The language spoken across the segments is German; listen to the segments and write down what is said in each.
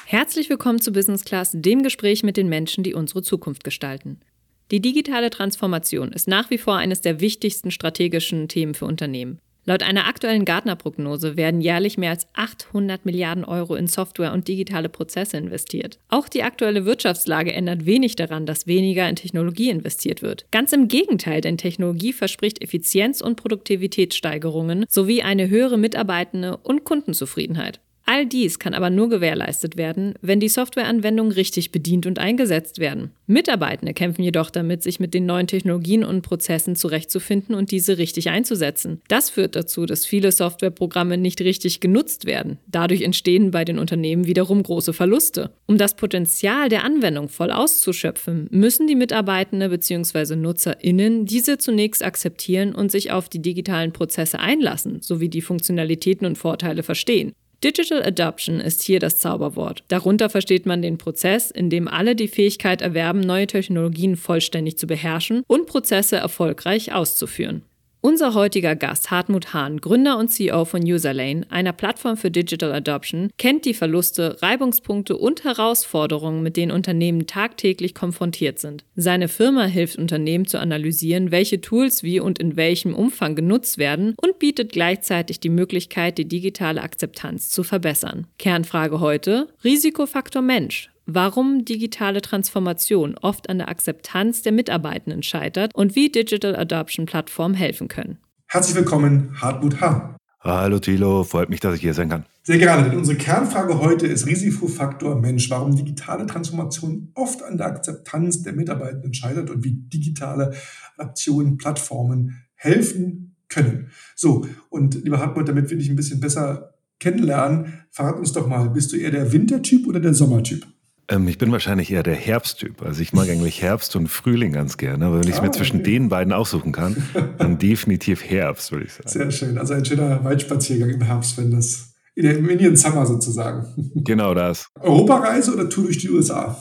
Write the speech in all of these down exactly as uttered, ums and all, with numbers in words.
Herzlich willkommen zu Business Class, dem Gespräch mit den Menschen, die unsere Zukunft gestalten. Die digitale Transformation ist nach wie vor eines der wichtigsten strategischen Themen für Unternehmen. Laut einer aktuellen Gartner-Prognose werden jährlich mehr als achthundert Milliarden Euro in Software und digitale Prozesse investiert. Auch die aktuelle Wirtschaftslage ändert wenig daran, dass weniger in Technologie investiert wird. Ganz im Gegenteil, denn Technologie verspricht Effizienz- und Produktivitätssteigerungen sowie eine höhere Mitarbeitende- und Kundenzufriedenheit. All dies kann aber nur gewährleistet werden, wenn die Softwareanwendungen richtig bedient und eingesetzt werden. Mitarbeitende kämpfen jedoch damit, sich mit den neuen Technologien und Prozessen zurechtzufinden und diese richtig einzusetzen. Das führt dazu, dass viele Softwareprogramme nicht richtig genutzt werden. Dadurch entstehen bei den Unternehmen wiederum große Verluste. Um das Potenzial der Anwendung voll auszuschöpfen, müssen die Mitarbeitende bzw. NutzerInnen diese zunächst akzeptieren und sich auf die digitalen Prozesse einlassen, sowie die Funktionalitäten und Vorteile verstehen. Digital Adoption ist hier das Zauberwort. Darunter versteht man den Prozess, in dem alle die Fähigkeit erwerben, neue Technologien vollständig zu beherrschen und Prozesse erfolgreich auszuführen. Unser heutiger Gast, Hartmut Hahn, Gründer und C E O von Userlane, einer Plattform für Digital Adoption, kennt die Verluste, Reibungspunkte und Herausforderungen, mit denen Unternehmen tagtäglich konfrontiert sind. Seine Firma hilft Unternehmen zu analysieren, welche Tools wie und in welchem Umfang genutzt werden und bietet gleichzeitig die Möglichkeit, die digitale Akzeptanz zu verbessern. Kernfrage heute: Risikofaktor Mensch. Warum digitale Transformation oft an der Akzeptanz der Mitarbeitenden scheitert und wie Digital Adoption Plattformen helfen können. Herzlich willkommen, Hartmut Hahn. Hallo Thilo, freut mich, dass ich hier sein kann. Sehr gerne, denn unsere Kernfrage heute ist Risikofaktor Mensch. Warum digitale Transformation oft an der Akzeptanz der Mitarbeitenden scheitert und wie digitale Adaptionen, Plattformen helfen können. So, und lieber Hartmut, damit wir dich ein bisschen besser kennenlernen, verrat uns doch mal, bist du eher der Wintertyp oder der Sommertyp? Ähm, ich bin wahrscheinlich eher der Herbsttyp. Also ich mag eigentlich Herbst und Frühling ganz gerne. Aber wenn ich es ah, mir zwischen okay. den beiden aussuchen kann, dann definitiv Herbst, würde ich sagen. Sehr schön. Also ein schöner Waldspaziergang im Herbst, wenn das in der Indian Summer sozusagen. Genau das. Europareise oder Tour durch die U S A?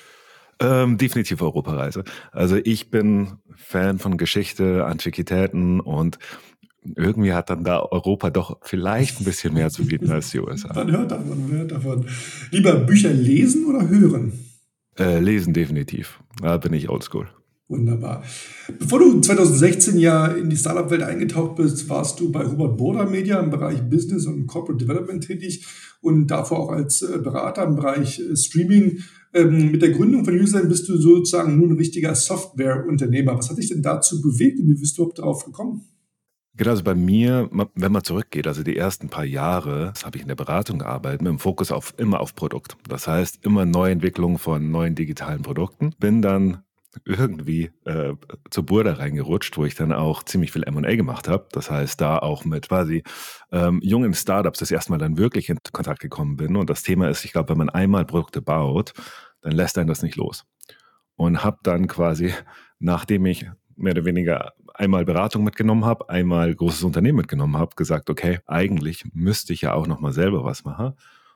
Ähm, definitiv Europareise. Also ich bin Fan von Geschichte, Antiquitäten und irgendwie hat dann da Europa doch vielleicht ein bisschen mehr zu bieten als die U S A. Man hört davon, man hört davon. Lieber Bücher lesen oder hören? Äh, lesen definitiv. Da bin ich oldschool. Wunderbar. Bevor du zwanzig sechzehn ja in die Startup-Welt eingetaucht bist, warst du bei Hubert Burda Media im Bereich Business und Corporate Development tätig und davor auch als Berater im Bereich Streaming. Ähm, mit der Gründung von Userlane bist du sozusagen nun ein richtiger Software-Unternehmer. Was hat dich denn dazu bewegt und wie bist du überhaupt darauf gekommen? Genau, also bei mir, wenn man zurückgeht, also die ersten paar Jahre, das habe ich in der Beratung gearbeitet, mit dem Fokus auf immer auf Produkt. Das heißt, immer Neuentwicklung von neuen digitalen Produkten. Bin dann irgendwie äh, zur Burda reingerutscht, wo ich dann auch ziemlich viel M und A gemacht habe. Das heißt, da auch mit quasi ähm, jungen Startups das erste Mal dann wirklich in Kontakt gekommen bin. Und das Thema ist, ich glaube, wenn man einmal Produkte baut, dann lässt einen das nicht los. Und habe dann quasi, nachdem ich mehr oder weniger einmal Beratung mitgenommen habe, einmal großes Unternehmen mitgenommen habe, gesagt, okay, eigentlich müsste ich ja auch nochmal selber was machen.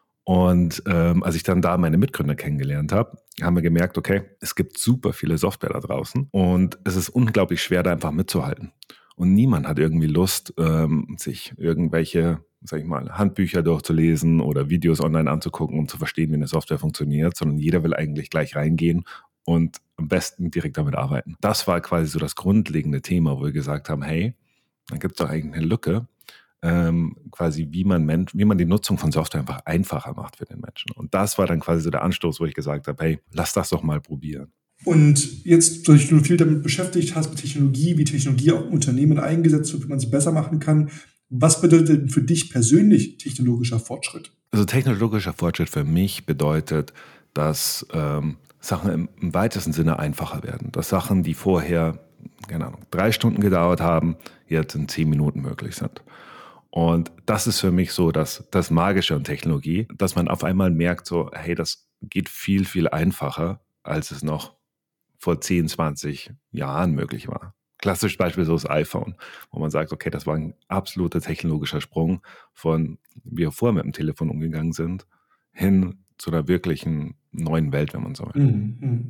Und ähm, als ich dann da meine Mitgründer kennengelernt habe, haben wir gemerkt, okay, es gibt super viele Software da draußen und es ist unglaublich schwer, da einfach mitzuhalten. Und niemand hat irgendwie Lust, ähm, sich irgendwelche, sag ich mal, Handbücher durchzulesen oder Videos online anzugucken, um zu verstehen, wie eine Software funktioniert, sondern jeder will eigentlich gleich reingehen und am besten direkt damit arbeiten. Das war quasi so das grundlegende Thema, wo wir gesagt haben, hey, dann gibt es doch eigentlich eine Lücke, ähm, quasi wie man Mensch, wie man die Nutzung von Software einfach einfacher macht für den Menschen. Und das war dann quasi so der Anstoß, wo ich gesagt habe, hey, lass das doch mal probieren. Und jetzt, durch du viel damit beschäftigt hast, mit Technologie, wie Technologie auch im Unternehmen eingesetzt wird, wie man sie besser machen kann, was bedeutet denn für dich persönlich technologischer Fortschritt? Also technologischer Fortschritt für mich bedeutet, dass ähm, Sachen im, im weitesten Sinne einfacher werden. Dass Sachen, die vorher, keine Ahnung, drei Stunden gedauert haben, jetzt in zehn Minuten möglich sind. Und das ist für mich so das, das Magische an Technologie, dass man auf einmal merkt, so, hey, das geht viel, viel einfacher, als es noch vor zehn, zwanzig Jahren möglich war. Klassisches Beispiel so das iPhone, wo man sagt, okay, das war ein absoluter technologischer Sprung von, wie wir vorher mit dem Telefon umgegangen sind, hin zu einer wirklichen neuen Welt, wenn man so will. Mhm.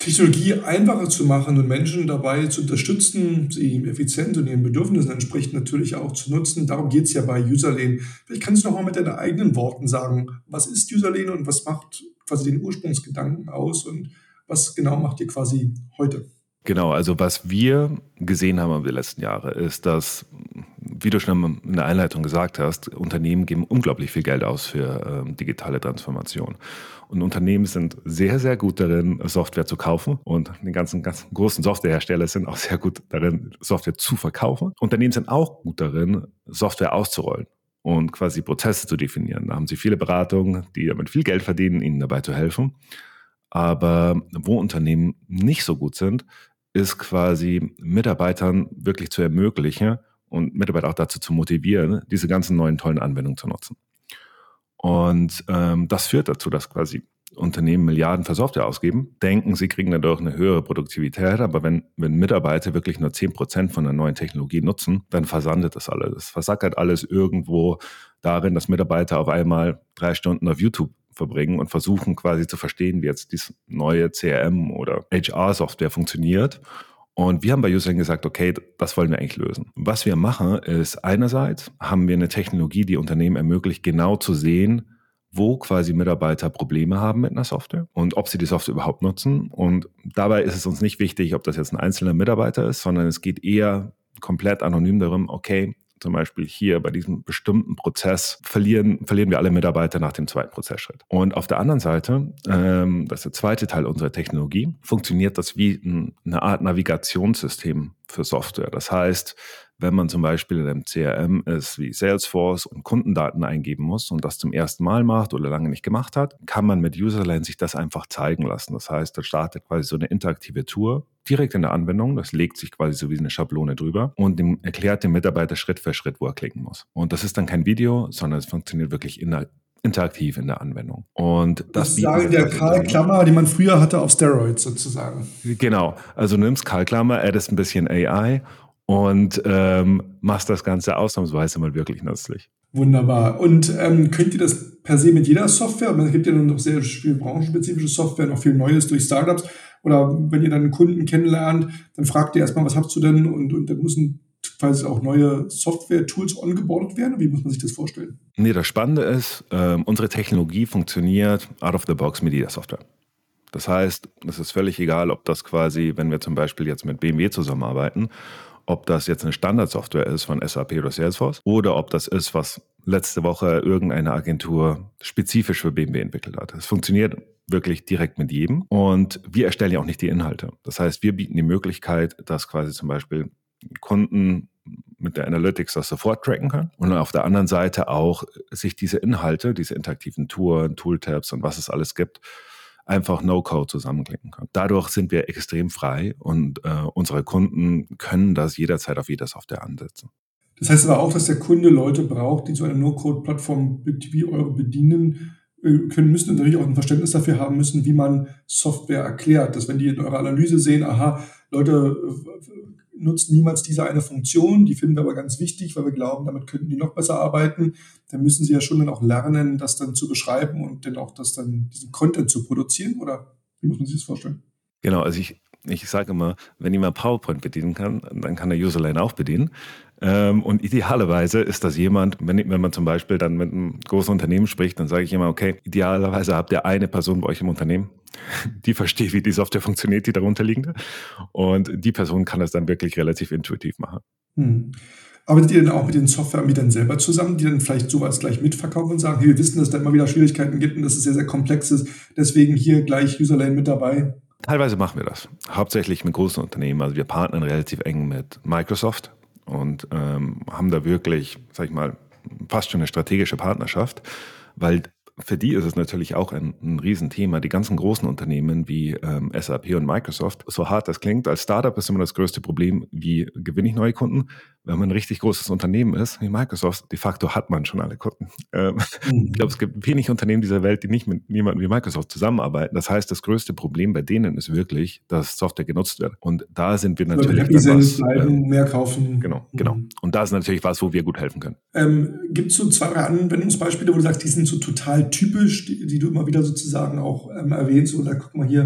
Technologie einfacher zu machen und Menschen dabei zu unterstützen, sie effizient und ihren Bedürfnissen entsprechend natürlich auch zu nutzen. Darum geht es ja bei Userlane. Vielleicht kannst du noch mal mit deinen eigenen Worten sagen, was ist Userlane und was macht quasi den Ursprungsgedanken aus und was genau macht ihr quasi heute? Genau, also was wir gesehen haben über die letzten Jahre ist, dass, wie du schon in der Einleitung gesagt hast, Unternehmen geben unglaublich viel Geld aus für ähm, digitale Transformation. Und Unternehmen sind sehr, sehr gut darin, Software zu kaufen. Und die ganzen, ganzen großen Softwarehersteller sind auch sehr gut darin, Software zu verkaufen. Unternehmen sind auch gut darin, Software auszurollen und quasi Prozesse zu definieren. Da haben sie viele Beratungen, die damit viel Geld verdienen, ihnen dabei zu helfen. Aber wo Unternehmen nicht so gut sind, ist quasi Mitarbeitern wirklich zu ermöglichen und Mitarbeiter auch dazu zu motivieren, diese ganzen neuen tollen Anwendungen zu nutzen. Und ähm, das führt dazu, dass quasi Unternehmen Milliarden für Software ausgeben, denken, sie kriegen dadurch eine höhere Produktivität, aber wenn, wenn Mitarbeiter wirklich nur zehn Prozent von der neuen Technologie nutzen, dann versandet das alles. Das versackert alles irgendwo darin, dass Mitarbeiter auf einmal drei Stunden auf YouTube verbringen und versuchen quasi zu verstehen, wie jetzt dieses neue C R M oder H R-Software funktioniert. Und wir haben bei Userlane gesagt, okay, das wollen wir eigentlich lösen. Was wir machen, ist einerseits haben wir eine Technologie, die Unternehmen ermöglicht, genau zu sehen, wo quasi Mitarbeiter Probleme haben mit einer Software und ob sie die Software überhaupt nutzen. Und dabei ist es uns nicht wichtig, ob das jetzt ein einzelner Mitarbeiter ist, sondern es geht eher komplett anonym darum, okay, zum Beispiel hier bei diesem bestimmten Prozess verlieren, verlieren wir alle Mitarbeiter nach dem zweiten Prozessschritt. Und auf der anderen Seite, ähm, das ist der zweite Teil unserer Technologie, funktioniert das wie ein, eine Art Navigationssystem für Software. Das heißt, wenn man zum Beispiel in einem C R M ist wie Salesforce und Kundendaten eingeben muss und das zum ersten Mal macht oder lange nicht gemacht hat, kann man mit Userlane sich das einfach zeigen lassen. Das heißt, da startet quasi so eine interaktive Tour direkt in der Anwendung. Das legt sich quasi so wie eine Schablone drüber und dem erklärt dem Mitarbeiter Schritt für Schritt, wo er klicken muss. Und das ist dann kein Video, sondern es funktioniert wirklich in der interaktiv in der Anwendung. Und das, das sagen der Karl Klammer, den man früher hatte auf Steroids sozusagen. Genau, also du nimmst Karl Klammer, addest ein bisschen A I und ähm, machst das Ganze ausnahmsweise mal wirklich nützlich. Wunderbar. Und ähm, könnt ihr das per se mit jeder Software? Es gibt ja noch sehr viel branchenspezifische Software, noch viel Neues durch Startups. Oder wenn ihr dann einen Kunden kennenlernt, dann fragt ihr erstmal, was habt ihr denn? Und, und dann müssen quasi auch neue Software-Tools ongeboardet werden. Wie muss man sich das vorstellen? Nee, das Spannende ist, äh, unsere Technologie funktioniert out of the box mit jeder Software. Das heißt, es ist völlig egal, ob das quasi, wenn wir zum Beispiel jetzt mit B M W zusammenarbeiten, ob das jetzt eine Standardsoftware ist von S A P oder Salesforce oder ob das ist, was letzte Woche irgendeine Agentur spezifisch für B M W entwickelt hat. Es funktioniert wirklich direkt mit jedem und wir erstellen ja auch nicht die Inhalte. Das heißt, wir bieten die Möglichkeit, dass quasi zum Beispiel Kunden mit der Analytics das sofort tracken können und auf der anderen Seite auch sich diese Inhalte, diese interaktiven Touren, Tooltabs und was es alles gibt, einfach No-Code zusammenklicken können. Dadurch sind wir extrem frei und äh, unsere Kunden können das jederzeit auf jeder Software ansetzen. Das heißt aber auch, dass der Kunde Leute braucht, die so eine No-Code-Plattform wie eure bedienen können müssen und natürlich auch ein Verständnis dafür haben müssen, wie man Software erklärt. Dass wenn die in eurer Analyse sehen, aha, Leute nutzen niemals diese eine Funktion, die finden wir aber ganz wichtig, weil wir glauben, damit könnten die noch besser arbeiten, dann müssen sie ja schon dann auch lernen, das dann zu beschreiben und dann auch das dann, diesen Content zu produzieren, oder wie muss man sich das vorstellen? Genau, also ich, ich sage immer, wenn jemand PowerPoint bedienen kann, dann kann der Userlane auch bedienen. Und idealerweise ist das jemand, wenn, wenn man zum Beispiel dann mit einem großen Unternehmen spricht, dann sage ich immer, okay, idealerweise habt ihr eine Person bei euch im Unternehmen, die versteht, wie die Software funktioniert, die darunter liegende. Und die Person kann das dann wirklich relativ intuitiv machen. Hm. Arbeitet ihr denn auch mit den Softwareanbietern selber zusammen, die dann vielleicht sowas gleich mitverkaufen und sagen, hey, wir wissen, dass es da immer wieder Schwierigkeiten gibt und dass es sehr, sehr komplex ist, deswegen hier gleich Userlane mit dabei? Teilweise machen wir das, hauptsächlich mit großen Unternehmen. Also wir partnern relativ eng mit Microsoft und ähm, haben da wirklich, sag ich mal, fast schon eine strategische Partnerschaft, weil für die ist es natürlich auch ein, ein Riesenthema. Die ganzen großen Unternehmen wie ähm, S A P und Microsoft, so hart das klingt, als Startup ist immer das größte Problem, wie gewinne ich neue Kunden? Wenn man ein richtig großes Unternehmen ist, wie Microsoft, de facto hat man schon alle Kunden. Ähm, mhm. Ich glaube, es gibt wenig Unternehmen dieser Welt, die nicht mit jemandem wie Microsoft zusammenarbeiten. Das heißt, das größte Problem bei denen ist wirklich, dass Software genutzt wird. Und da sind wir natürlich... happy sind, bleiben, mehr kaufen. Genau, genau. Und da ist natürlich was, wo wir gut helfen können. Ähm, gibt es so zwei, drei Anwendungsbeispiele, wo du sagst, die sind so total typisch, die, die du immer wieder sozusagen auch ähm, erwähnst oder guck mal hier,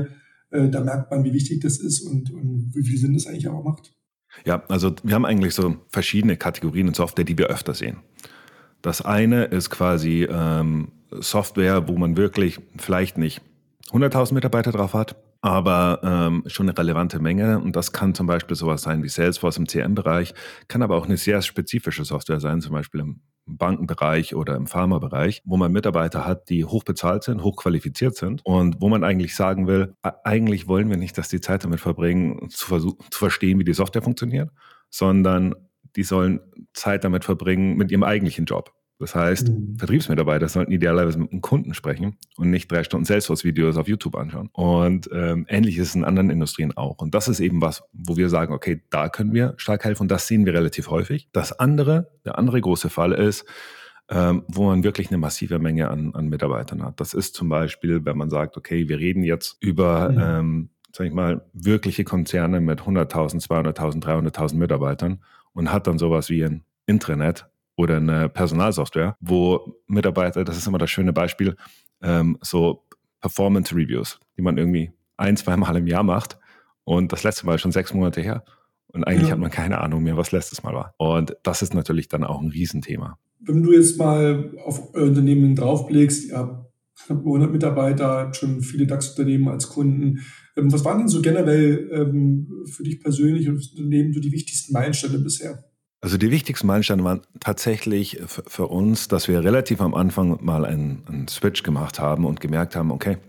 äh, da merkt man, wie wichtig das ist und, und wie viel Sinn das eigentlich auch macht. Ja, also wir haben eigentlich so verschiedene Kategorien in Software, die wir öfter sehen. Das eine ist quasi ähm, Software, wo man wirklich vielleicht nicht hunderttausend Mitarbeiter drauf hat, aber ähm, schon eine relevante Menge. Und das kann zum Beispiel sowas sein wie Salesforce im C M-Bereich, kann aber auch eine sehr spezifische Software sein, zum Beispiel im Bankenbereich oder im Pharmabereich, wo man Mitarbeiter hat, die hochbezahlt sind, hochqualifiziert sind und wo man eigentlich sagen will, eigentlich wollen wir nicht, dass die Zeit damit verbringen, zu, versuchen, zu verstehen, wie die Software funktioniert, sondern die sollen Zeit damit verbringen mit ihrem eigentlichen Job. Das heißt, mhm. Vertriebsmitarbeiter sollten idealerweise mit einem Kunden sprechen und nicht drei Stunden Salesforce-Videos auf YouTube anschauen. Und ähm, ähnlich ist es in anderen Industrien auch. Und das ist eben was, wo wir sagen, okay, da können wir stark helfen und das sehen wir relativ häufig. Das andere, der andere große Fall ist, ähm, wo man wirklich eine massive Menge an, an Mitarbeitern hat. Das ist zum Beispiel, wenn man sagt, okay, wir reden jetzt über, mhm. ähm, sag ich mal, wirkliche Konzerne mit hunderttausend, zweihunderttausend, dreihunderttausend Mitarbeitern und hat dann sowas wie ein Intranet oder eine Personalsoftware, wo Mitarbeiter, das ist immer das schöne Beispiel, ähm, so Performance-Reviews, die man irgendwie ein, zwei Mal im Jahr macht und das letzte Mal schon sechs Monate her und eigentlich ja. hat man keine Ahnung mehr, was letztes Mal war. Und das ist natürlich dann auch ein Riesenthema. Wenn du jetzt mal auf euer Unternehmen draufblickst, ihr habt knapp hundert Mitarbeiter, habt schon viele DAX-Unternehmen als Kunden. Ähm, was waren denn so generell ähm, für dich persönlich und das Unternehmen so die wichtigsten Meilensteine bisher? Also die wichtigsten Meilensteine waren tatsächlich für, für uns, dass wir relativ am Anfang mal einen, einen Switch gemacht haben und gemerkt haben, okay,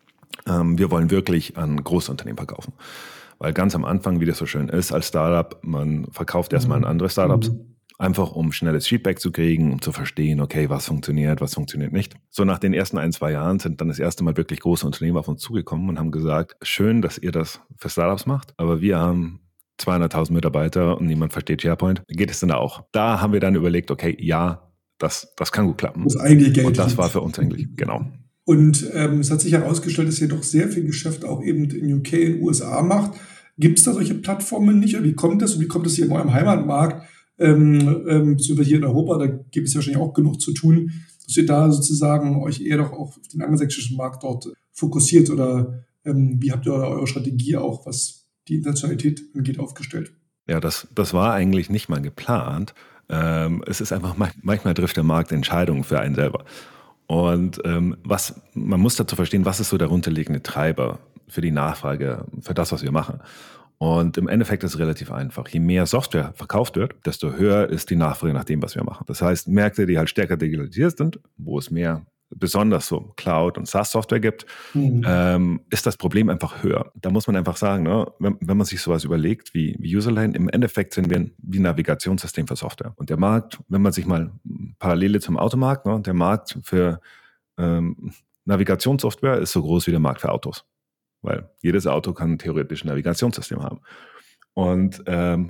ähm, wir wollen wirklich an Großunternehmen verkaufen. Weil ganz am Anfang, wie das so schön ist, als Startup, man verkauft erstmal an andere Startups, mhm. einfach um schnelles Feedback zu kriegen, um zu verstehen, okay, was funktioniert, was funktioniert nicht. So nach den ersten ein, zwei Jahren sind dann das erste Mal wirklich große Unternehmen auf uns zugekommen und haben gesagt, schön, dass ihr das für Startups macht, aber wir haben zweihunderttausend Mitarbeiter und niemand versteht SharePoint. Geht es denn da auch? Da haben wir dann überlegt, okay, ja, das, das kann gut klappen. Das eigentlich Geld und das war für uns eigentlich, genau. Und ähm, es hat sich herausgestellt, dass ihr doch sehr viel Geschäft auch eben in U K, in den U S A macht. Gibt es da solche Plattformen nicht? Oder wie kommt das? Und wie kommt das hier in eurem Heimatmarkt? Ähm, ähm, beziehungsweise hier in Europa, da gibt es ja wahrscheinlich auch genug zu tun, dass ihr da sozusagen euch eher doch auch auf den angelsächsischen Markt dort fokussiert oder ähm, wie habt ihr eure Strategie auch, was die Internationalität angeht, aufgestellt? Ja, das, das war eigentlich nicht mal geplant. Ähm, es ist einfach, manchmal trifft der Markt Entscheidungen für einen selber. Und ähm, was, man muss dazu verstehen, was ist so der darunterliegende Treiber für die Nachfrage, für das, was wir machen. Und im Endeffekt ist es relativ einfach. Je mehr Software verkauft wird, desto höher ist die Nachfrage nach dem, was wir machen. Das heißt, Märkte, die halt stärker digitalisiert sind, wo es mehr besonders so Cloud- und SaaS-Software gibt, mhm. ähm, ist das Problem einfach höher. Da muss man einfach sagen, ne, wenn, wenn man sich sowas überlegt wie, wie Userlane, im Endeffekt sind wir ein, wie ein Navigationssystem für Software. Und der Markt, wenn man sich mal Parallele zum Automarkt, ne, der Markt für ähm, Navigationssoftware ist so groß wie der Markt für Autos. Weil jedes Auto kann theoretisch ein Navigationssystem haben. Und ähm,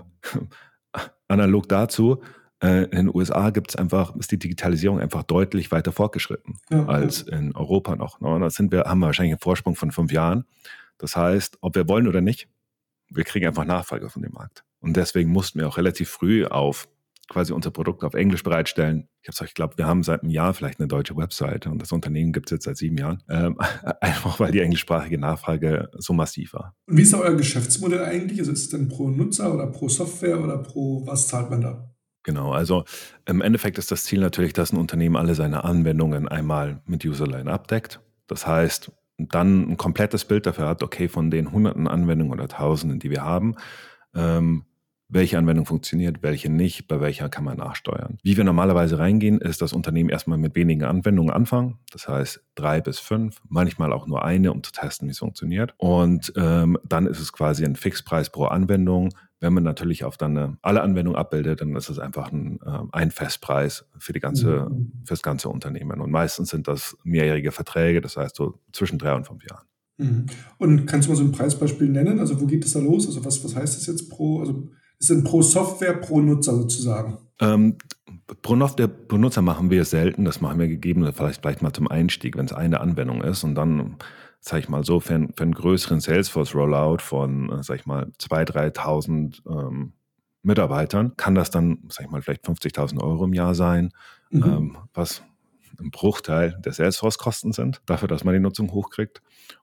analog dazu, in den U S A gibt es einfach, ist die Digitalisierung einfach deutlich weiter fortgeschritten ja, als ja. in Europa noch. Und da sind wir, haben wir wahrscheinlich einen Vorsprung von fünf Jahren. Das heißt, ob wir wollen oder nicht, wir kriegen einfach Nachfrage von dem Markt. Und deswegen mussten wir auch relativ früh auf quasi unser Produkt auf Englisch bereitstellen. Ich habe ich glaube, wir haben seit einem Jahr vielleicht eine deutsche Webseite und das Unternehmen gibt es jetzt seit sieben Jahren. Ähm, einfach weil die englischsprachige Nachfrage so massiv war. Und wie ist da euer Geschäftsmodell eigentlich? Also ist es denn pro Nutzer oder pro Software oder pro, was zahlt man da? Genau, also im Endeffekt ist das Ziel natürlich, dass ein Unternehmen alle seine Anwendungen einmal mit Userlane abdeckt. Das heißt, dann ein komplettes Bild dafür hat, okay, von den hunderten Anwendungen oder tausenden, die wir haben, ähm, welche Anwendung funktioniert, welche nicht, bei welcher kann man nachsteuern. Wie wir normalerweise reingehen, ist das Unternehmen erstmal mit wenigen Anwendungen anfangen. Das heißt drei bis fünf, manchmal auch nur eine, um zu testen, wie es funktioniert. Und ähm, dann ist es quasi ein Fixpreis pro Anwendung. Wenn man natürlich auf dann eine, alle Anwendungen abbildet, dann ist es einfach ein, äh, ein Festpreis für die ganze, mhm. für das ganze Unternehmen. Und meistens sind das mehrjährige Verträge, das heißt so zwischen drei und fünf Jahren. Mhm. Und kannst du mal so ein Preisbeispiel nennen? Also wo geht es da los? Also was, was heißt das jetzt pro, also ist denn pro Software, pro Nutzer sozusagen? Ähm, pro, pro Nutzer machen wir es selten, das machen wir gegeben, vielleicht, vielleicht mal zum Einstieg, wenn es eine Anwendung ist und dann sag ich mal so, für, ein, für einen größeren Salesforce-Rollout von, sag ich mal, zweitausend, dreitausend ähm, Mitarbeitern, kann das dann, sag ich mal, vielleicht fünfzigtausend Euro im Jahr sein, mhm. ähm, was ein Bruchteil der Salesforce-Kosten sind, dafür, dass man die Nutzung hochkriegt.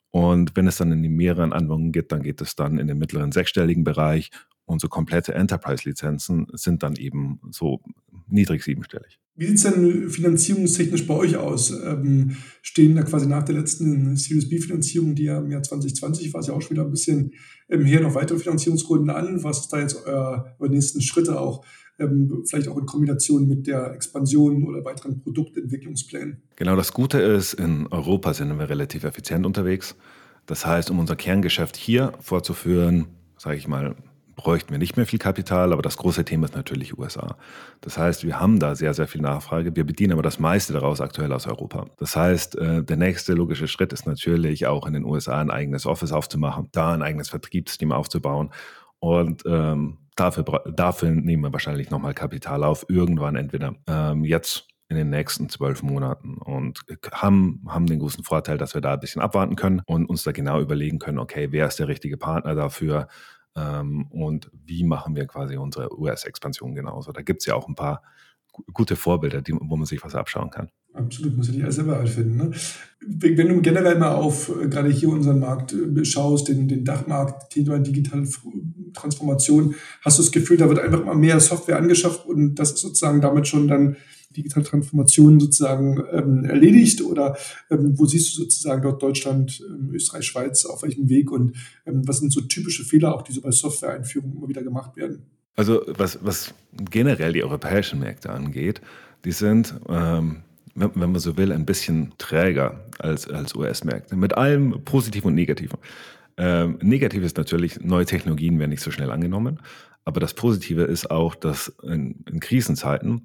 Und wenn es dann in die mehreren Anwendungen geht, dann geht es dann in den mittleren sechsstelligen Bereich. Und so komplette Enterprise-Lizenzen sind dann eben so niedrig siebenstellig. Wie sieht es denn finanzierungstechnisch bei euch aus? Ähm, stehen da quasi nach der letzten Series B-Finanzierung, die ja im Jahr zwanzig zwanzig war, es ja auch schon wieder ein bisschen ähm, her, noch weitere Finanzierungsrunden an? Was ist da jetzt euer, eure nächsten Schritte auch? Ähm, vielleicht auch in Kombination mit der Expansion oder weiteren Produktentwicklungsplänen? Genau, das Gute ist, in Europa sind wir relativ effizient unterwegs. Das heißt, um unser Kerngeschäft hier fortzuführen, sage ich mal, bräuchten wir nicht mehr viel Kapital, aber das große Thema ist natürlich U S A. Das heißt, wir haben da sehr, sehr viel Nachfrage. Wir bedienen aber das meiste daraus aktuell aus Europa. Das heißt, der nächste logische Schritt ist natürlich auch in den U S A ein eigenes Office aufzumachen, da ein eigenes Vertriebsteam aufzubauen und ähm, dafür, dafür nehmen wir wahrscheinlich nochmal Kapital auf, irgendwann entweder ähm, jetzt in den nächsten zwölf Monaten und haben, haben den großen Vorteil, dass wir da ein bisschen abwarten können und uns da genau überlegen können, okay, wer ist der richtige Partner dafür, ähm, und wie machen wir quasi unsere U S-Expansion genauso. Da gibt es ja auch ein paar gu- gute Vorbilder, die, wo man sich was abschauen kann. Absolut, muss ja nicht alles selber erfinden. Ne? Wenn du generell mal auf äh, gerade hier unseren Markt äh, schaust, den, den Dachmarkt, Thema digitale F- Transformation, hast du das Gefühl, da wird einfach mal mehr Software angeschafft und das ist sozusagen damit schon dann digitale Transformation sozusagen ähm, erledigt? Oder ähm, wo siehst du sozusagen dort Deutschland, ähm, Österreich, Schweiz, auf welchem Weg und ähm, was sind so typische Fehler, auch die so bei Software-Einführungen immer wieder gemacht werden? Also was, was generell die europäischen Märkte angeht, die sind, ähm, wenn, wenn man so will, ein bisschen träger als, als U S-Märkte. Mit allem Positiven und Negativen. Ähm, negativ ist natürlich, neue Technologien werden nicht so schnell angenommen. Aber das Positive ist auch, dass in, in Krisenzeiten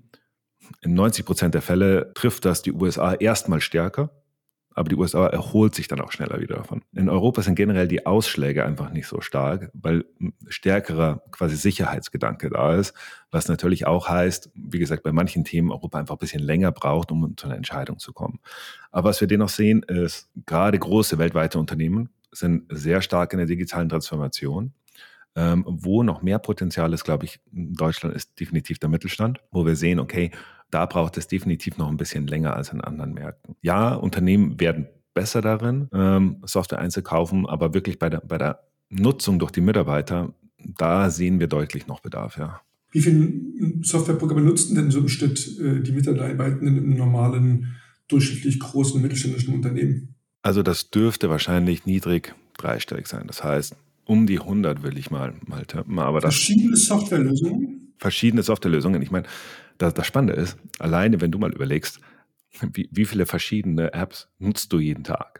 in neunzig Prozent der Fälle trifft das die U S A erstmal stärker, aber die U S A erholt sich dann auch schneller wieder davon. In Europa sind generell die Ausschläge einfach nicht so stark, weil ein stärkerer quasi Sicherheitsgedanke da ist, was natürlich auch heißt, wie gesagt, bei manchen Themen Europa einfach ein bisschen länger braucht, um zu einer Entscheidung zu kommen. Aber was wir dennoch sehen, ist, gerade große weltweite Unternehmen sind sehr stark in der digitalen Transformation. Ähm, wo noch mehr Potenzial ist, glaube ich, in Deutschland ist definitiv der Mittelstand, wo wir sehen, okay, da braucht es definitiv noch ein bisschen länger als in anderen Märkten. Ja, Unternehmen werden besser darin, ähm, Software einzukaufen, aber wirklich bei der, bei der Nutzung durch die Mitarbeiter, da sehen wir deutlich noch Bedarf, ja. Wie viele Softwareprogramme nutzen denn so im Schnitt äh, die Mitarbeitenden im normalen, durchschnittlich großen mittelständischen Unternehmen? Also das dürfte wahrscheinlich niedrig dreistellig sein. Das heißt, um die hundert will ich mal, mal tippen, aber das Verschiedene Softwarelösungen? verschiedene Softwarelösungen. Ich meine, das, das Spannende ist, alleine wenn du mal überlegst, wie, wie viele verschiedene Apps nutzt du jeden Tag?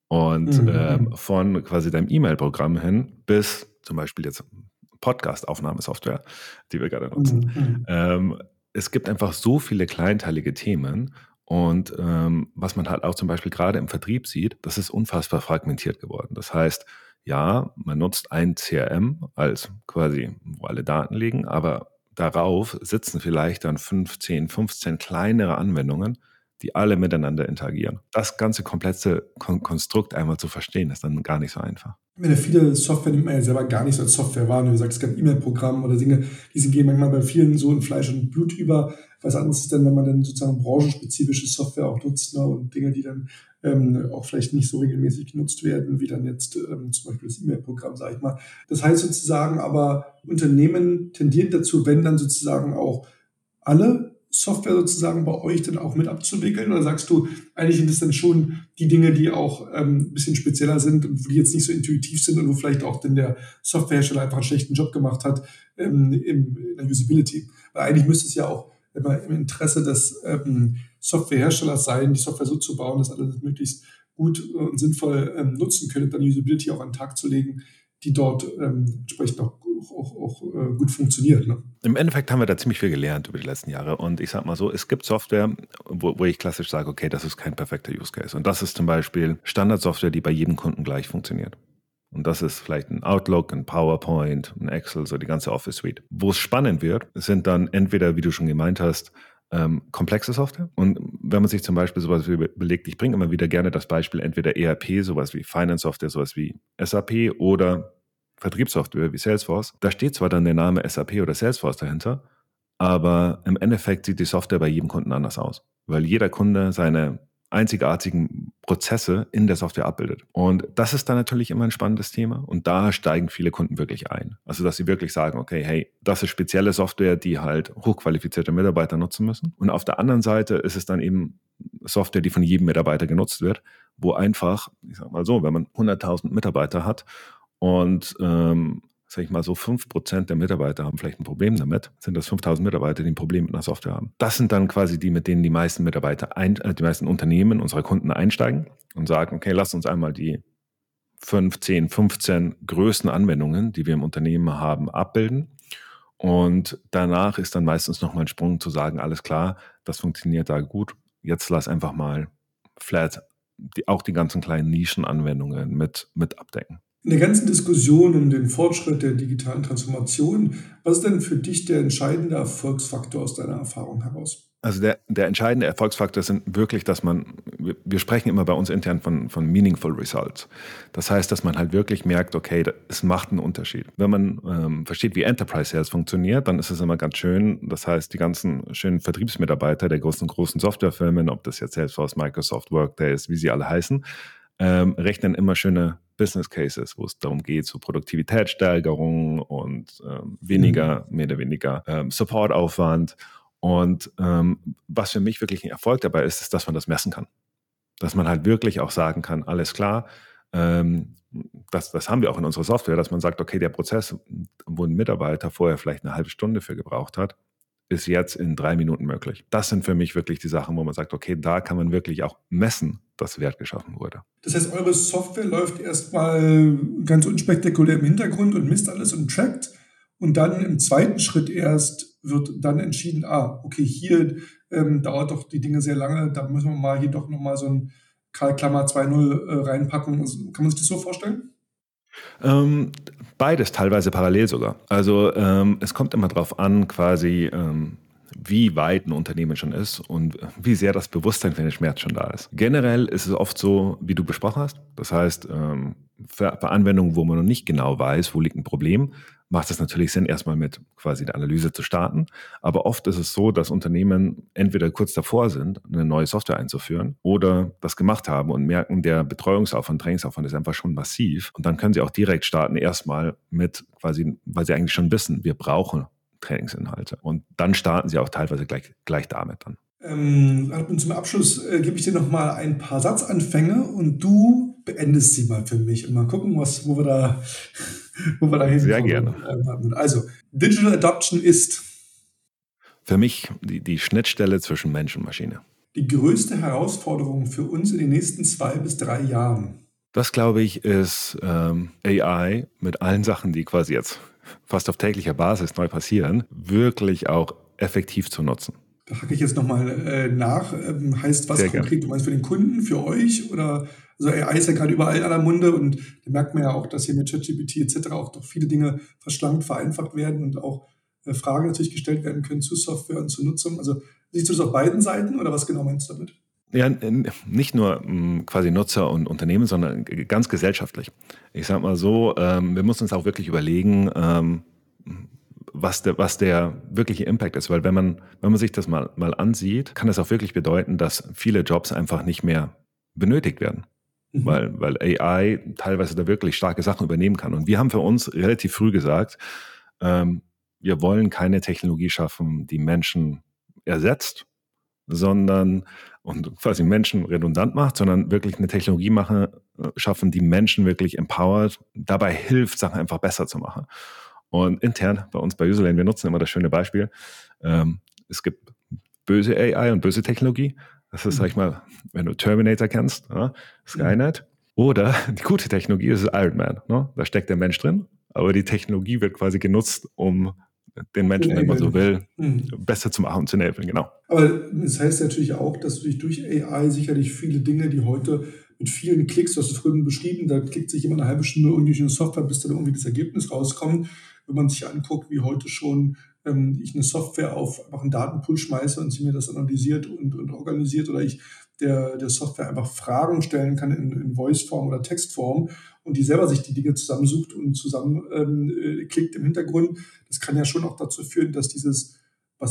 Und Mhm. ähm, von quasi deinem E-Mail-Programm hin bis zum Beispiel jetzt Podcast-Aufnahmesoftware, die wir gerade nutzen. Mhm. Ähm, es gibt einfach so viele kleinteilige Themen und ähm, was man halt auch zum Beispiel gerade im Vertrieb sieht, das ist unfassbar fragmentiert geworden. Das heißt, ja, man nutzt ein C R M als quasi, wo alle Daten liegen, aber darauf sitzen vielleicht dann fünfzehn, fünfzehn kleinere Anwendungen, die alle miteinander interagieren. Das ganze komplexe Kon- Konstrukt einmal zu verstehen, ist dann gar nicht so einfach. Ja, viele Software nimmt man ja selber gar nicht so als Software wahr. Wie gesagt, es gibt E-Mail-Programme oder Dinge, die sind gehen manchmal bei vielen so in Fleisch und Blut über. Was anderes ist denn, wenn man dann sozusagen branchenspezifische Software auch nutzt, ne, und Dinge, die dann ähm, auch vielleicht nicht so regelmäßig genutzt werden, wie dann jetzt ähm, zum Beispiel das E-Mail-Programm, sage ich mal. Das heißt sozusagen aber, Unternehmen tendieren dazu, wenn dann sozusagen auch alle Software sozusagen bei euch dann auch mit abzuwickeln? Oder sagst du, eigentlich sind es dann schon die Dinge, die auch ähm, ein bisschen spezieller sind und die jetzt nicht so intuitiv sind und wo vielleicht auch denn der Softwarehersteller einfach einen schlechten Job gemacht hat ähm, in, in der Usability? Weil eigentlich müsste es ja auch immer im Interesse des ähm, Softwareherstellers sein, die Software so zu bauen, dass alle das möglichst gut und sinnvoll ähm, nutzen können, dann Usability auch an den Tag zu legen, die dort ähm, entsprechend auch, auch, auch äh, gut funktioniert. Ne? Im Endeffekt haben wir da ziemlich viel gelernt über die letzten Jahre und ich sag mal so, es gibt Software, wo, wo ich klassisch sage, okay, das ist kein perfekter Use Case und das ist zum Beispiel Standardsoftware, die bei jedem Kunden gleich funktioniert. Und das ist vielleicht ein Outlook, ein PowerPoint, ein Excel, so die ganze Office Suite. Wo es spannend wird, sind dann entweder, wie du schon gemeint hast, ähm, komplexe Software. Und wenn man sich zum Beispiel sowas wie überlegt, ich bringe immer wieder gerne das Beispiel entweder E R P, sowas wie Finance Software, sowas wie S A P oder Vertriebssoftware wie Salesforce. Da steht zwar dann der Name S A P oder Salesforce dahinter, aber im Endeffekt sieht die Software bei jedem Kunden anders aus, weil jeder Kunde seine einzigartigen Prozesse in der Software abbildet. Und das ist dann natürlich immer ein spannendes Thema und da steigen viele Kunden wirklich ein. Also dass sie wirklich sagen, okay, hey, das ist spezielle Software, die halt hochqualifizierte Mitarbeiter nutzen müssen. Und auf der anderen Seite ist es dann eben Software, die von jedem Mitarbeiter genutzt wird, wo einfach, ich sag mal so, wenn man hunderttausend Mitarbeiter hat und ähm, sag ich mal so, fünf Prozent der Mitarbeiter haben vielleicht ein Problem damit, sind das fünftausend Mitarbeiter, die ein Problem mit einer Software haben. Das sind dann quasi die, mit denen die meisten Mitarbeiter, ein, äh, die meisten Unternehmen unserer Kunden einsteigen und sagen, okay, lasst uns einmal die fünf, zehn, fünfzehn größten Anwendungen, die wir im Unternehmen haben, abbilden. Und danach ist dann meistens nochmal ein Sprung zu sagen, alles klar, das funktioniert da gut, jetzt lass einfach mal flat die, auch die ganzen kleinen Nischenanwendungen mit, mit abdecken. In der ganzen Diskussion um den Fortschritt der digitalen Transformation, was ist denn für dich der entscheidende Erfolgsfaktor aus deiner Erfahrung heraus? Also der, der entscheidende Erfolgsfaktor sind wirklich, dass man, wir, wir sprechen immer bei uns intern von, von meaningful results. Das heißt, dass man halt wirklich merkt, okay, es macht einen Unterschied. Wenn man ähm, versteht, wie Enterprise Sales funktioniert, dann ist es immer ganz schön. Das heißt, die ganzen schönen Vertriebsmitarbeiter der großen, großen Softwarefirmen, ob das jetzt Salesforce, Microsoft, Workday ist, wie sie alle heißen, ähm, rechnen immer schöne Business Cases, wo es darum geht, so Produktivitätssteigerung und ähm, weniger, mhm. mehr oder weniger ähm, Supportaufwand. Und ähm, was für mich wirklich ein Erfolg dabei ist, ist, dass man das messen kann. Dass man halt wirklich auch sagen kann, alles klar, ähm, das, das haben wir auch in unserer Software, dass man sagt, okay, der Prozess, wo ein Mitarbeiter vorher vielleicht eine halbe Stunde für gebraucht hat, ist jetzt in drei Minuten möglich. Das sind für mich wirklich die Sachen, wo man sagt, okay, da kann man wirklich auch messen, dass Wert geschaffen wurde. Das heißt, eure Software läuft erstmal ganz unspektakulär im Hintergrund und misst alles und trackt. Und dann im zweiten Schritt erst wird dann entschieden, ah, okay, hier ähm, dauert doch die Dinge sehr lange, da müssen wir mal hier doch nochmal so ein Karl-Klammer zwei Punkt null äh, reinpacken. Also, kann man sich das so vorstellen? Ähm, beides, teilweise parallel sogar. Also ähm, es kommt immer darauf an, quasi ähm, wie weit ein Unternehmen schon ist und wie sehr das Bewusstsein für den Schmerz schon da ist. Generell ist es oft so, wie du besprochen hast. Das heißt, ähm, für, für Anwendungen, wo man noch nicht genau weiß, wo liegt ein Problem, macht es natürlich Sinn, erstmal mit quasi der Analyse zu starten. Aber oft ist es so, dass Unternehmen entweder kurz davor sind, eine neue Software einzuführen oder das gemacht haben und merken, der Betreuungsaufwand, Trainingsaufwand ist einfach schon massiv. Und dann können sie auch direkt starten, erstmal mit quasi, weil sie eigentlich schon wissen, wir brauchen Trainingsinhalte. Und dann starten sie auch teilweise gleich, gleich damit dann. Ähm, und zum Abschluss äh, gebe ich dir noch mal ein paar Satzanfänge und du beendest sie mal für mich und mal gucken, was, wo wir da, wo wir da hinkommen. Sehr gerne. Also, Digital Adoption ist für mich die, die Schnittstelle zwischen Mensch und Maschine. Die größte Herausforderung für uns in den nächsten zwei bis drei Jahren. Das, glaube ich, ist ähm, A I mit allen Sachen, die quasi jetzt fast auf täglicher Basis neu passieren, wirklich auch effektiv zu nutzen. Da hacke ich jetzt nochmal äh, nach. Ähm, heißt was Sehr konkret? gern. Du meinst für den Kunden, für euch? Oder also A I ist ja gerade überall in aller Munde und da merkt man ja auch, dass hier mit ChatGPT et cetera auch doch viele Dinge verschlankt, vereinfacht werden und auch äh, Fragen natürlich gestellt werden können zu Software und zur Nutzung. Also siehst du das auf beiden Seiten oder was genau meinst du damit? Ja, nicht nur quasi Nutzer und Unternehmen, sondern ganz gesellschaftlich. Ich sag mal so, ähm, wir müssen uns auch wirklich überlegen, ähm, was der, was der wirkliche Impact ist. Weil wenn man, wenn man sich das mal, mal ansieht, kann das auch wirklich bedeuten, dass viele Jobs einfach nicht mehr benötigt werden. Mhm. Weil, weil A I teilweise da wirklich starke Sachen übernehmen kann. Und wir haben für uns relativ früh gesagt, ähm, wir wollen keine Technologie schaffen, die Menschen ersetzt, sondern und quasi Menschen redundant macht, sondern wirklich eine Technologie machen, schaffen, die Menschen wirklich empowert, dabei hilft, Sachen einfach besser zu machen. Und intern bei uns bei Userlane, wir nutzen immer das schöne Beispiel, ähm, es gibt böse A I und böse Technologie. Das ist, sag ich mal, wenn du Terminator kennst, ja, Skynet. Oder die gute Technologie ist Iron Man. Ne? Da steckt der Mensch drin, aber die Technologie wird quasi genutzt, um den Menschen, wenn man so will, mhm. besser zu machen und zu enablen, genau. Aber das heißt natürlich auch, dass du dich durch A I sicherlich viele Dinge, die heute mit vielen Klicks, du hast es vorhin beschrieben, da klickt sich immer eine halbe Stunde irgendwie eine Software, bis dann irgendwie das Ergebnis rauskommt. Wenn man sich anguckt, wie heute schon ähm, ich eine Software auf einfach einen Datenpool schmeiße und sie mir das analysiert und, und organisiert oder ich der, der Software einfach Fragen stellen kann in, in Voice-Form oder Textform und die selber sich die Dinge zusammensucht und zusammenklickt ähm, im Hintergrund. Das kann ja schon auch dazu führen, dass dieses, was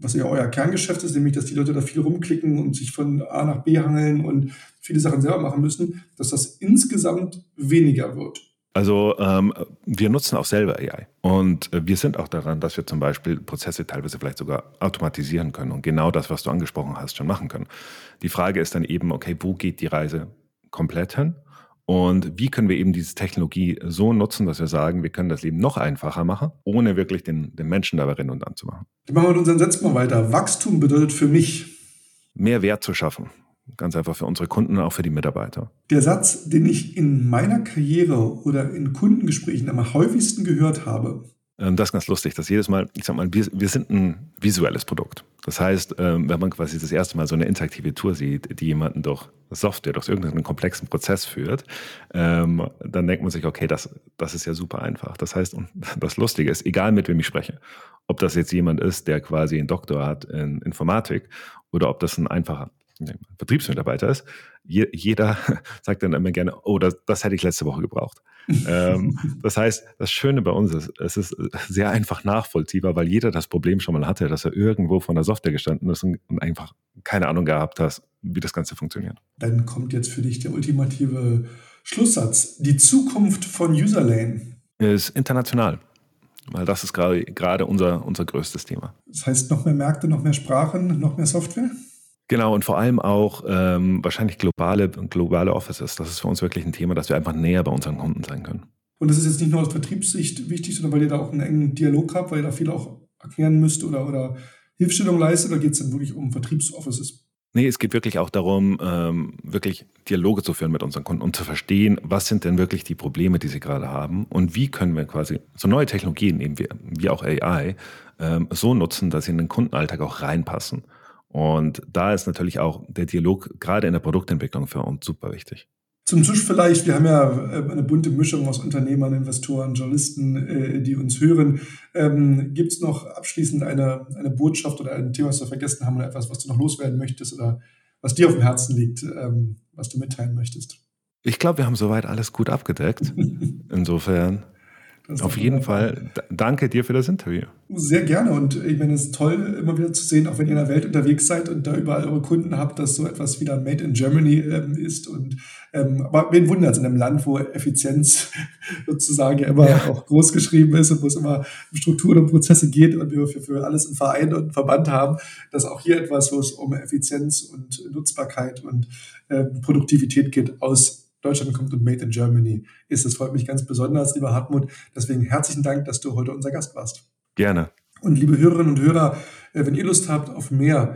was ja euer Kerngeschäft ist, nämlich dass die Leute da viel rumklicken und sich von A nach B hangeln und viele Sachen selber machen müssen, dass das insgesamt weniger wird. Also ähm, wir nutzen auch selber A I und äh, wir sind auch daran, dass wir zum Beispiel Prozesse teilweise vielleicht sogar automatisieren können und genau das, was du angesprochen hast, schon machen können. Die Frage ist dann eben, okay, wo geht die Reise komplett hin und wie können wir eben diese Technologie so nutzen, dass wir sagen, wir können das Leben noch einfacher machen, ohne wirklich den, den Menschen dabei redundant zu machen. Dann machen wir mit unseren Sätzen mal weiter. Wachstum bedeutet für mich, mehr Wert zu schaffen. Ganz einfach für unsere Kunden und auch für die Mitarbeiter. Der Satz, den ich in meiner Karriere oder in Kundengesprächen am häufigsten gehört habe. Das ist ganz lustig, dass jedes Mal, ich sag mal, wir, wir sind ein visuelles Produkt. Das heißt, wenn man quasi das erste Mal so eine interaktive Tour sieht, die jemanden durch Software, durch irgendeinen komplexen Prozess führt, dann denkt man sich, okay, das, das ist ja super einfach. Das heißt, und das Lustige ist, egal mit wem ich spreche, ob das jetzt jemand ist, der quasi einen Doktor hat in Informatik oder ob das ein einfacher Vertriebsmitarbeiter ist, je, jeder sagt dann immer gerne, oh, das, das hätte ich letzte Woche gebraucht. ähm, das heißt, das Schöne bei uns ist, es ist sehr einfach nachvollziehbar, weil jeder das Problem schon mal hatte, dass er irgendwo von der Software gestanden ist und einfach keine Ahnung gehabt hat, wie das Ganze funktioniert. Dann kommt jetzt für dich der ultimative Schlusssatz. Die Zukunft von Userlane ist international, weil das ist gerade, gerade unser, unser größtes Thema. Das heißt, noch mehr Märkte, noch mehr Sprachen, noch mehr Software? Genau, und vor allem auch ähm, wahrscheinlich globale, globale Offices. Das ist für uns wirklich ein Thema, dass wir einfach näher bei unseren Kunden sein können. Und das ist jetzt nicht nur aus Vertriebssicht wichtig, sondern weil ihr da auch einen engen Dialog habt, weil ihr da viel auch erklären müsst oder, oder Hilfestellung leistet, oder geht es dann wirklich um Vertriebsoffices? Nee, es geht wirklich auch darum, ähm, wirklich Dialoge zu führen mit unseren Kunden und zu verstehen, was sind denn wirklich die Probleme, die sie gerade haben und wie können wir quasi so neue Technologien, eben wie, wie auch A I, ähm, so nutzen, dass sie in den Kundenalltag auch reinpassen. Und da ist natürlich auch der Dialog gerade in der Produktentwicklung für uns super wichtig. Zum Schluss vielleicht, wir haben ja eine bunte Mischung aus Unternehmern, Investoren, Journalisten, die uns hören. Ähm, gibt es noch abschließend eine, eine Botschaft oder ein Thema, was wir vergessen haben oder etwas, was du noch loswerden möchtest oder was dir auf dem Herzen liegt, ähm, was du mitteilen möchtest? Ich glaube, wir haben soweit alles gut abgedeckt. Insofern auf jeden Fall, danke dir für das Interview. Sehr gerne und ich meine, es ist toll, immer wieder zu sehen, auch wenn ihr in der Welt unterwegs seid und da überall eure Kunden habt, dass so etwas wie dann Made in Germany ähm, ist. Und, ähm, aber wen wundert es in einem Land, wo Effizienz sozusagen ja immer ja. auch groß geschrieben ist und wo es immer um Strukturen und Prozesse geht und wir für, für alles einen Verein und einen Verband haben, dass auch hier etwas, wo es um Effizienz und Nutzbarkeit und ähm, Produktivität geht, aus Deutschland kommt und Made in Germany ist. Das freut mich ganz besonders, lieber Hartmut. Deswegen herzlichen Dank, dass du heute unser Gast warst. Gerne. Und liebe Hörerinnen und Hörer, wenn ihr Lust habt auf mehr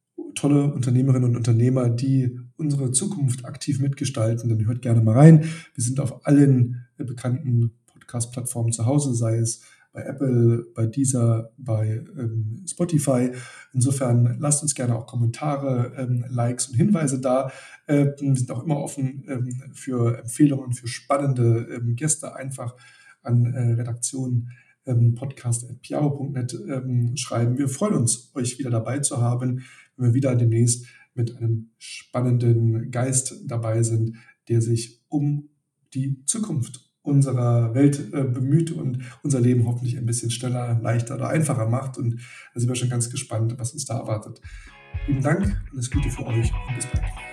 tolle Unternehmerinnen und Unternehmer, die unsere Zukunft aktiv mitgestalten, dann hört gerne mal rein. Wir sind auf allen bekannten Podcast-Plattformen zu Hause, sei es bei Apple, bei Deezer, bei ähm, Spotify. Insofern lasst uns gerne auch Kommentare, ähm, Likes und Hinweise da. Äh, wir sind auch immer offen ähm, für Empfehlungen, für spannende ähm, Gäste. Einfach an äh, Redaktion ähm, podcast at piao punkt net ähm, schreiben. Wir freuen uns, euch wieder dabei zu haben, wenn wir wieder demnächst mit einem spannenden Geist dabei sind, der sich um die Zukunft unserer Welt äh, bemüht und unser Leben hoffentlich ein bisschen schneller, leichter oder einfacher macht. Und da sind wir schon ganz gespannt, was uns da erwartet. Vielen Dank, alles Gute für euch und bis bald.